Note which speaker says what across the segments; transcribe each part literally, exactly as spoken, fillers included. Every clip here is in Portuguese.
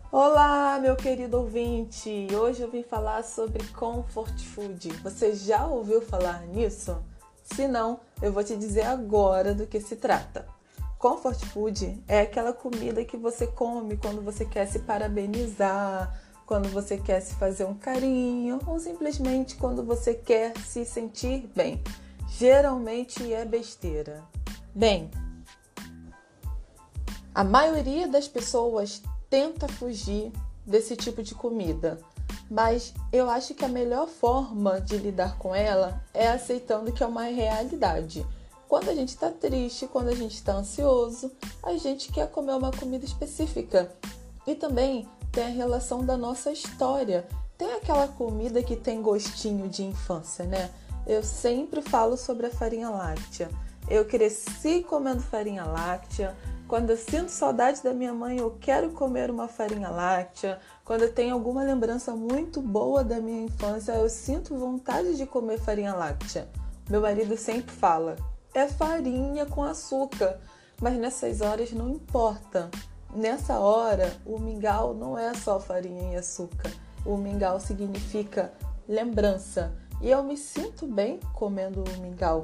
Speaker 1: Olá, meu querido ouvinte! Hoje eu vim falar sobre comfort food. Você já ouviu falar nisso? Se não, eu vou te dizer agora do que se trata. Comfort food é aquela comida que você come quando você quer se parabenizar, quando você quer se fazer um carinho ou simplesmente quando você quer se sentir bem. Geralmente é besteira. Bem, a maioria das pessoas tenta fugir desse tipo de comida, mas eu acho que a melhor forma de lidar com ela é aceitando que é uma realidade. Quando a gente está triste, quando a gente está ansioso, a gente quer comer uma comida específica. E também tem a relação da nossa história. Tem aquela comida que tem gostinho de infância, né? Eu sempre falo sobre a farinha láctea. Eu cresci comendo farinha láctea. Quando eu sinto saudade da minha mãe, eu quero comer uma farinha láctea. Quando eu tenho alguma lembrança muito boa da minha infância, eu sinto vontade de comer farinha láctea. Meu marido sempre fala, é farinha com açúcar. Mas nessas horas não importa. Nessa hora, o mingau não é só farinha e açúcar. O mingau significa lembrança. E eu me sinto bem comendo o mingau.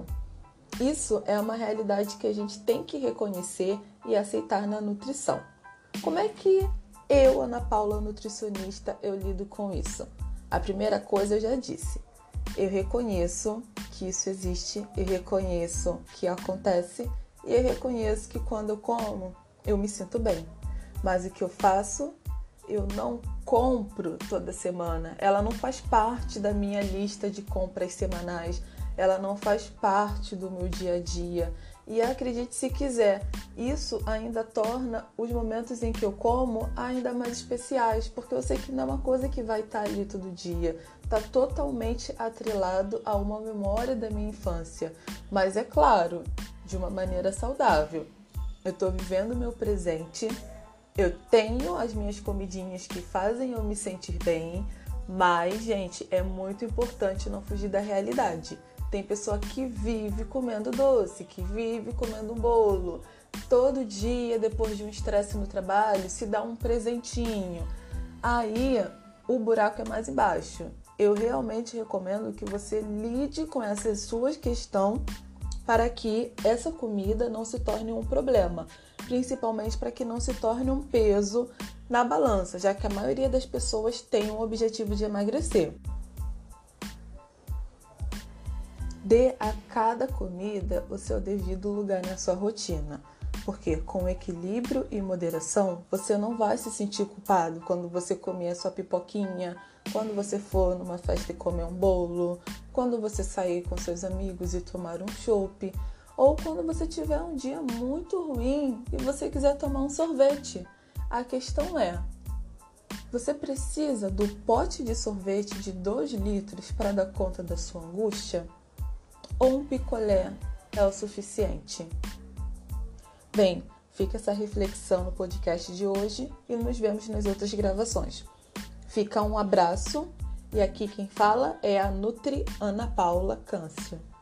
Speaker 1: Isso é uma realidade que a gente tem que reconhecer e aceitar na nutrição. Como é que eu, Ana Paula, nutricionista, eu lido com isso? A primeira coisa eu já disse. Eu reconheço que isso existe, eu reconheço que acontece e eu reconheço que quando eu como, eu me sinto bem. Mas o que eu faço? Eu não compro toda semana. Ela não faz parte da minha lista de compras semanais. Ela não faz parte do meu dia a dia. E acredite se quiser, isso ainda torna os momentos em que eu como ainda mais especiais, porque eu sei que não é uma coisa que vai estar ali todo dia. Está totalmente atrelado a uma memória da minha infância. Mas é claro, de uma maneira saudável. Eu estou vivendo o meu presente, eu tenho as minhas comidinhas que fazem eu me sentir bem, mas, gente, é muito importante não fugir da realidade. Tem pessoa que vive comendo doce, que vive comendo um bolo. Todo dia, depois de um estresse no trabalho, se dá um presentinho. Aí, o buraco é mais embaixo. Eu realmente recomendo que você lide com essa sua questão para que essa comida não se torne um problema. Principalmente para que não se torne um peso na balança, já que a maioria das pessoas tem um objetivo de emagrecer. Dê a cada comida o seu devido lugar na sua rotina, porque com equilíbrio e moderação, você não vai se sentir culpado quando você comer a sua pipoquinha, quando você for numa festa e comer um bolo, quando você sair com seus amigos e tomar um chopp, ou quando você tiver um dia muito ruim e você quiser tomar um sorvete. A questão é, você precisa do pote de sorvete de dois litros para dar conta da sua angústia? Ou um picolé é o suficiente? Bem, fica essa reflexão no podcast de hoje e nos vemos nas outras gravações. Fica um abraço e aqui quem fala é a Nutri Ana Paula Câncio.